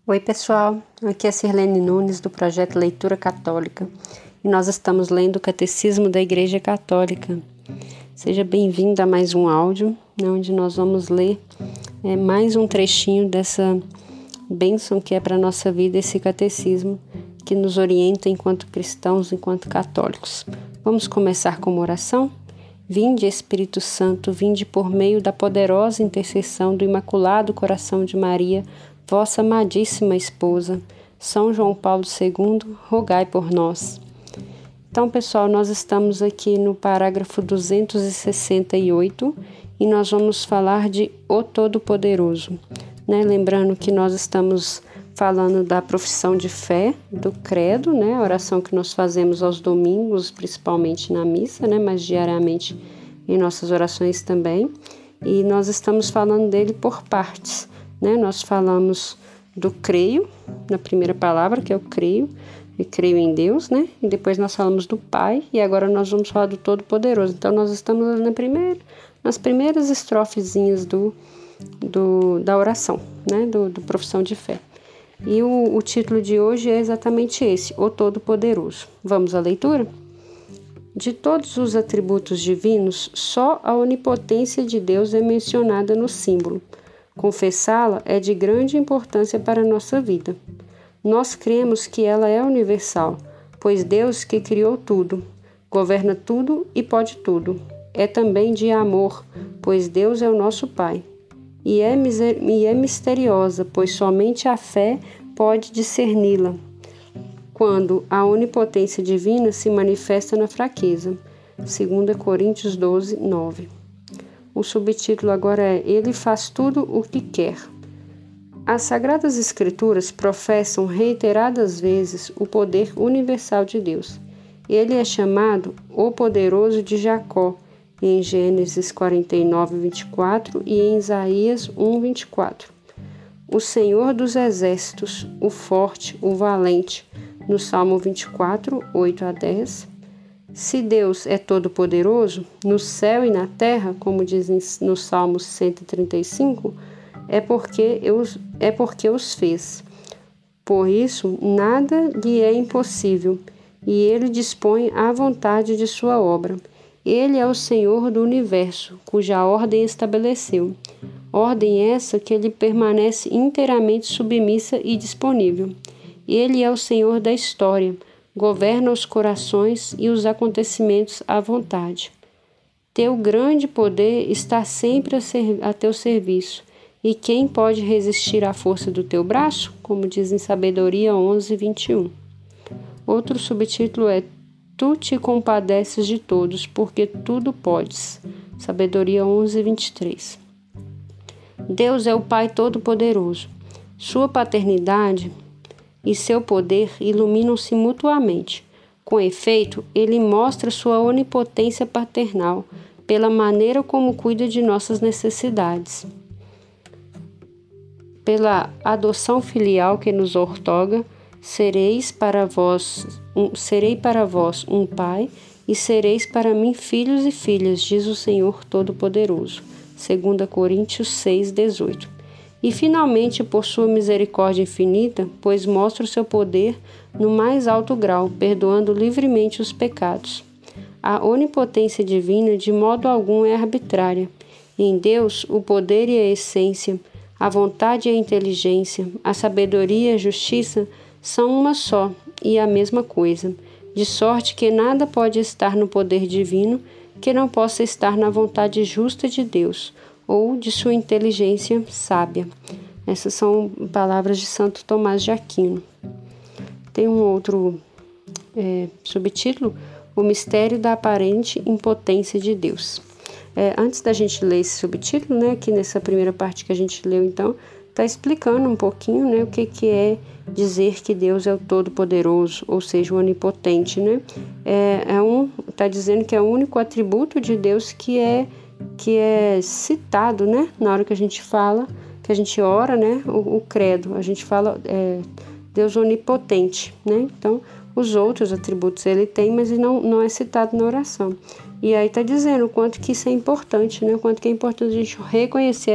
Oi pessoal, aqui é Sirlene Nunes do projeto Leitura Católica e nós estamos lendo o Catecismo da Igreja Católica. Seja bem-vindo a mais um áudio, onde nós vamos ler mais um trechinho dessa bênção que é para a nossa vida, esse catecismo que nos orienta enquanto cristãos, enquanto católicos. Vamos começar com uma oração? Vinde, Espírito Santo, vinde por meio da poderosa intercessão do Imaculado Coração de Maria, vossa amadíssima esposa, São João Paulo II, rogai por nós. Então, pessoal, nós estamos aqui no parágrafo 268 e nós vamos falar de O Todo-Poderoso. Lembrando que nós estamos falando da profissão de fé, do credo, a oração que nós fazemos aos domingos, principalmente na missa, mas diariamente em nossas orações também. E nós estamos falando dele por partes. Nós falamos do creio, na primeira palavra, que é o creio, e creio em Deus, e depois nós falamos do Pai, e agora nós vamos falar do Todo-Poderoso. Então, nós estamos nas primeiras estrofezinhas da oração, do profissão de fé. E o título de hoje é exatamente esse, O Todo-Poderoso. Vamos à leitura? De todos os atributos divinos, só a onipotência de Deus é mencionada no símbolo. Confessá-la é de grande importância para a nossa vida. Nós cremos que ela é universal, pois Deus que criou tudo, governa tudo e pode tudo. É também de amor, pois Deus é o nosso Pai. E é misteriosa, pois somente a fé pode discerni-la, quando a onipotência divina se manifesta na fraqueza. 2 Coríntios 12, 9. O subtítulo agora é Ele faz tudo o que quer. As Sagradas Escrituras professam reiteradas vezes o poder universal de Deus. Ele é chamado o Poderoso de Jacó, em Gênesis 49, 24 e em Isaías 1, 24. O Senhor dos Exércitos, o Forte, o Valente, no Salmo 24, 8 a 10. Se Deus é todo-poderoso, no céu e na terra, como diz no Salmo 135, é porque os fez. Por isso, nada lhe é impossível, e ele dispõe à vontade de sua obra. Ele é o Senhor do universo, cuja ordem estabeleceu. Ordem essa que lhe permanece inteiramente submissa e disponível. Ele é o Senhor da história, governa os corações e os acontecimentos à vontade. Teu grande poder está sempre a teu serviço, e quem pode resistir à força do teu braço? Como diz em Sabedoria 11, 21. Outro subtítulo é Tu te compadeces de todos, porque tudo podes. Sabedoria 11, 23. Deus é o Pai Todo-Poderoso. Sua paternidade e seu poder iluminam-se mutuamente. Com efeito, ele mostra sua onipotência paternal pela maneira como cuida de nossas necessidades. Pela adoção filial que nos outorga, serei para vós um pai e sereis para mim filhos e filhas, diz o Senhor Todo-Poderoso. 2 Coríntios 6, 18. E finalmente, por sua misericórdia infinita, pois mostra o seu poder no mais alto grau, perdoando livremente os pecados. A onipotência divina de modo algum é arbitrária. Em Deus, o poder e a essência, a vontade e a inteligência, a sabedoria e a justiça são uma só e a mesma coisa, de sorte que nada pode estar no poder divino que não possa estar na vontade justa de Deus, ou de sua inteligência sábia. Essas são palavras de Santo Tomás de Aquino. Tem um outro subtítulo, O Mistério da Aparente Impotência de Deus. Antes da gente ler esse subtítulo, aqui nessa primeira parte que a gente leu, então, está explicando um pouquinho o que é dizer que Deus é o Todo-Poderoso, ou seja, o Onipotente. Está dizendo que é o único atributo de Deus que é citado, na hora que a gente fala, que a gente ora, o credo, a gente fala Deus onipotente, Então, os outros atributos ele tem, mas ele não é citado na oração. E aí está dizendo o quanto que isso é importante, né? O quanto que é importante a gente reconhecer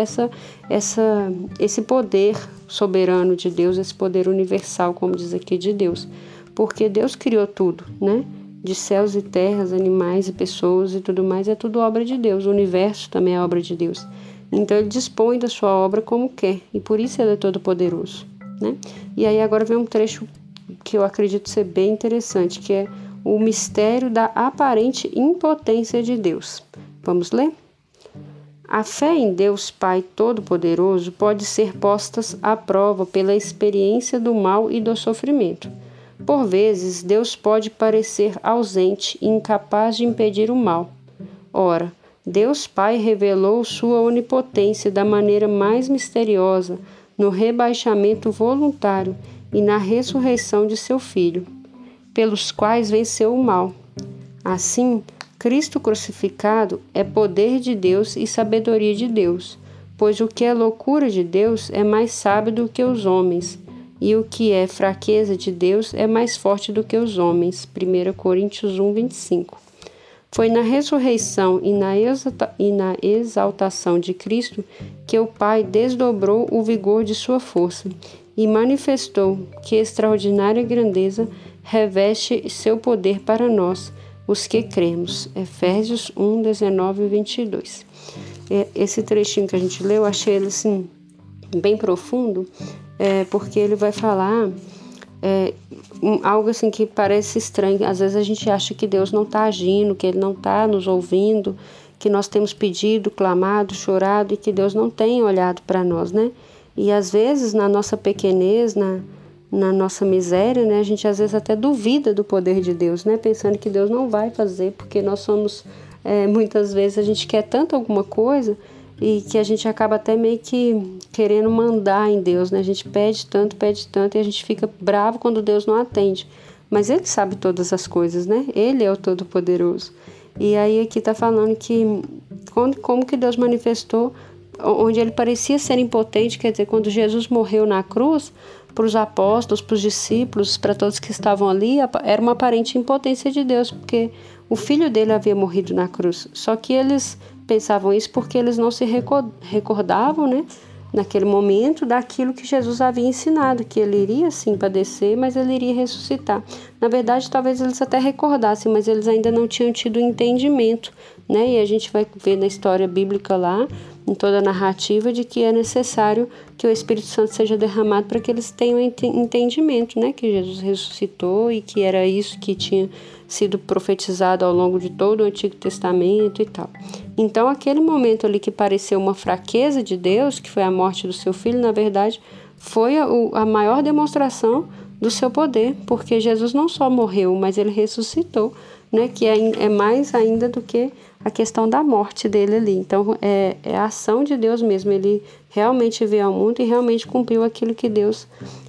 esse poder soberano de Deus, esse poder universal, como diz aqui, de Deus. Porque Deus criou tudo, né? De céus e terras, animais e pessoas e tudo mais, é tudo obra de Deus. O universo também é obra de Deus. Então ele dispõe da sua obra como quer, e por isso ele é todo poderoso, né? E aí agora vem um trecho que eu acredito ser bem interessante, que é o mistério da aparente impotência de Deus. Vamos ler? A fé em Deus Pai Todo-Poderoso pode ser posta à prova pela experiência do mal e do sofrimento. Por vezes, Deus pode parecer ausente e incapaz de impedir o mal. Ora, Deus Pai revelou sua onipotência da maneira mais misteriosa no rebaixamento voluntário e na ressurreição de seu Filho, pelos quais venceu o mal. Assim, Cristo crucificado é poder de Deus e sabedoria de Deus, pois o que é loucura de Deus é mais sábio do que os homens, e o que é fraqueza de Deus é mais forte do que os homens. 1 Coríntios 1, 25. Foi na ressurreição e na exaltação de Cristo que o Pai desdobrou o vigor de sua força e manifestou que extraordinária grandeza reveste seu poder para nós, os que cremos. Efésios 1, 19 e 22. Esse trechinho que a gente leu, eu achei ele assim, bem profundo, porque ele vai falar algo assim que parece estranho. Às vezes a gente acha que Deus não está agindo, que Ele não está nos ouvindo, que nós temos pedido, clamado, chorado e que Deus não tem olhado para nós, né? E às vezes na nossa pequenez, na nossa miséria, né, a gente às vezes até duvida do poder de Deus, né, pensando que Deus não vai fazer, porque nós somos, muitas vezes a gente quer tanto alguma coisa e que a gente acaba até meio que querendo mandar em Deus, né, a gente pede tanto e a gente fica bravo quando Deus não atende, mas Ele sabe todas as coisas, né, Ele é o Todo-Poderoso. E aí aqui está falando que como que Deus manifestou, onde Ele parecia ser impotente, quer dizer, quando Jesus morreu na cruz, para os apóstolos, para os discípulos, para todos que estavam ali, era uma aparente impotência de Deus, porque o filho dele havia morrido na cruz. Só que eles pensavam isso porque eles não se recordavam, né, naquele momento, daquilo que Jesus havia ensinado, que ele iria sim padecer, mas ele iria ressuscitar. Na verdade, talvez eles até recordassem, mas eles ainda não tinham tido entendimento, né? E a gente vai ver na história bíblica lá, em toda a narrativa, de que é necessário que o Espírito Santo seja derramado para que eles tenham entendimento, né? Que Jesus ressuscitou e que era isso que tinha sido profetizado ao longo de todo o Antigo Testamento e tal. Então, aquele momento ali que pareceu uma fraqueza de Deus, que foi a morte do seu filho, na verdade, foi a maior demonstração do seu poder, porque Jesus não só morreu, mas ele ressuscitou, né? Que é mais ainda do que a questão da morte dele ali. Então, é a ação de Deus mesmo. Ele realmente veio ao mundo e realmente cumpriu aquilo que Deus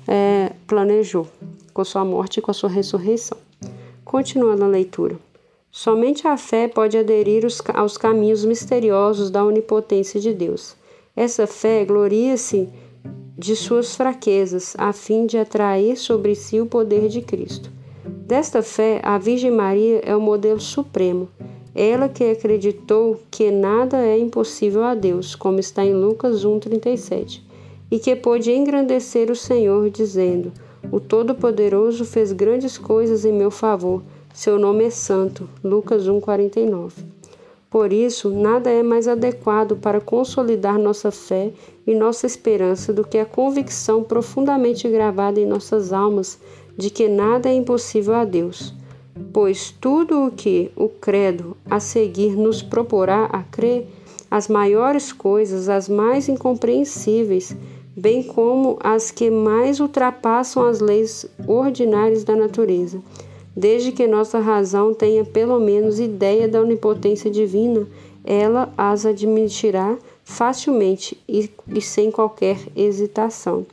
planejou, com sua morte e com a sua ressurreição. Continuando a leitura. Somente a fé pode aderir aos caminhos misteriosos da onipotência de Deus. Essa fé gloria-se de suas fraquezas, a fim de atrair sobre si o poder de Cristo. Desta fé, a Virgem Maria é o modelo supremo. Ela que acreditou que nada é impossível a Deus, como está em Lucas 1,37, e que pôde engrandecer o Senhor, dizendo: O Todo-Poderoso fez grandes coisas em meu favor. Seu nome é santo. Lucas 1,49. Por isso, nada é mais adequado para consolidar nossa fé e nossa esperança do que a convicção profundamente gravada em nossas almas de que nada é impossível a Deus. Pois tudo o que o credo a seguir nos proporá a crer, as maiores coisas, as mais incompreensíveis, bem como as que mais ultrapassam as leis ordinárias da natureza, desde que nossa razão tenha pelo menos ideia da onipotência divina, ela as admitirá facilmente e sem qualquer hesitação.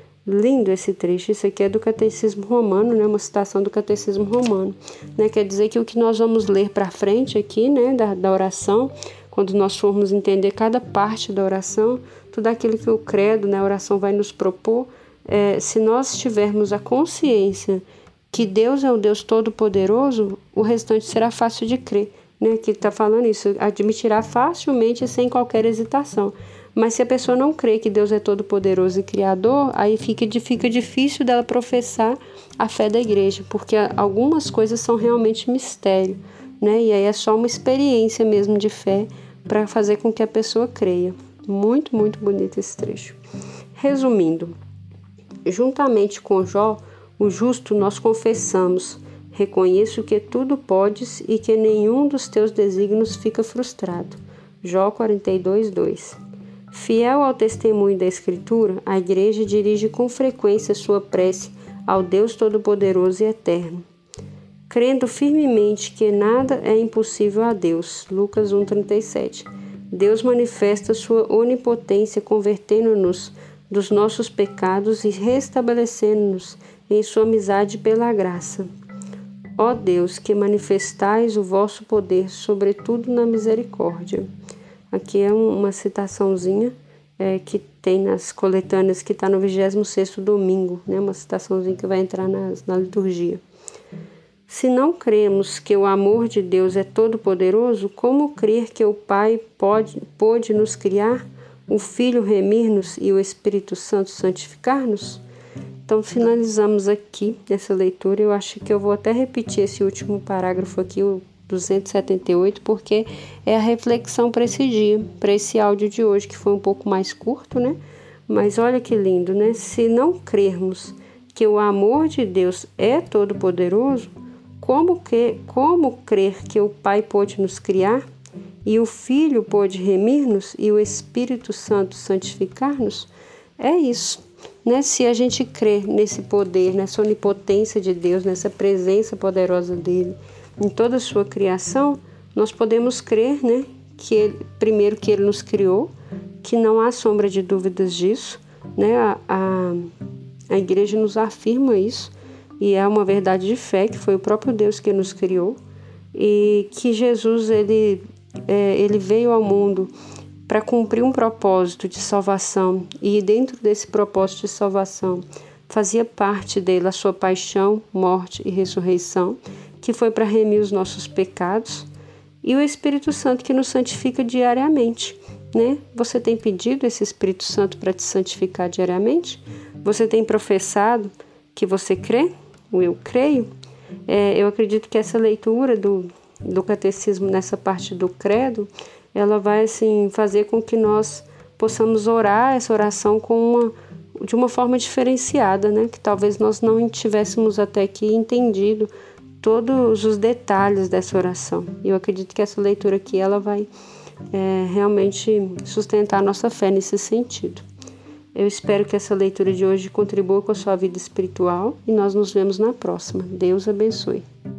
Lindo esse trecho. Isso aqui é do Catecismo Romano, né? Uma citação do Catecismo Romano, né? Quer dizer que o que nós vamos ler para frente aqui, né? Da oração, quando nós formos entender cada parte da oração, tudo aquilo que o credo, né? A oração vai nos propor, se nós tivermos a consciência que Deus é o Deus Todo-Poderoso, o restante será fácil de crer, né, que está falando isso, admitirá facilmente e sem qualquer hesitação. Mas se a pessoa não crê que Deus é todo-poderoso e criador, aí fica difícil dela professar a fé da igreja, porque algumas coisas são realmente mistério, né? E aí é só uma experiência mesmo de fé para fazer com que a pessoa creia. Muito, muito bonito esse trecho. Resumindo, juntamente com Jó, o justo nós confessamos: reconheço que tudo podes e que nenhum dos teus desígnios fica frustrado. Jó 42:2. Fiel ao testemunho da Escritura, a Igreja dirige com frequência sua prece ao Deus Todo-Poderoso e Eterno, crendo firmemente que nada é impossível a Deus. Lucas 1:37. Deus manifesta sua onipotência, convertendo-nos dos nossos pecados e restabelecendo-nos em sua amizade pela graça. Ó Deus, que manifestais o vosso poder, sobretudo na misericórdia. Aqui é uma citaçãozinha que tem nas coletâneas, que está no 26º domingo, né? Uma citaçãozinha que vai entrar na liturgia. Se não cremos que o amor de Deus é todo-poderoso, como crer que o Pai pôde nos criar, o Filho remir-nos e o Espírito Santo santificar-nos? Então, finalizamos aqui essa leitura. Eu acho que eu vou até repetir esse último parágrafo aqui, o 278, porque é a reflexão para esse dia, para esse áudio de hoje, que foi um pouco mais curto, né? Mas olha que lindo, né? Se não crermos que o amor de Deus é todo-poderoso, como crer que o Pai pôde nos criar e o Filho pôde remir-nos e o Espírito Santo santificar-nos? É isso, né? Se a gente crê nesse poder, nessa onipotência de Deus, nessa presença poderosa dele em toda a sua criação, nós podemos crer, né, primeiro que ele nos criou, que não há sombra de dúvidas disso, né? A igreja nos afirma isso, e é uma verdade de fé, que foi o próprio Deus que nos criou, e que Jesus ele veio ao mundo para cumprir um propósito de salvação, e dentro desse propósito de salvação fazia parte dele a sua paixão, morte e ressurreição, que foi para remir os nossos pecados, e o Espírito Santo que nos santifica diariamente, né? Você tem pedido esse Espírito Santo para te santificar diariamente? Você tem professado que você crê? Eu creio. Eu acredito que essa leitura do catecismo nessa parte do credo, ela vai assim fazer com que nós possamos orar essa oração de uma forma diferenciada, né? Que talvez nós não tivéssemos até aqui entendido todos os detalhes dessa oração. E eu acredito que essa leitura aqui ela vai realmente sustentar a nossa fé nesse sentido. Eu espero que essa leitura de hoje contribua com a sua vida espiritual e nós nos vemos na próxima. Deus abençoe.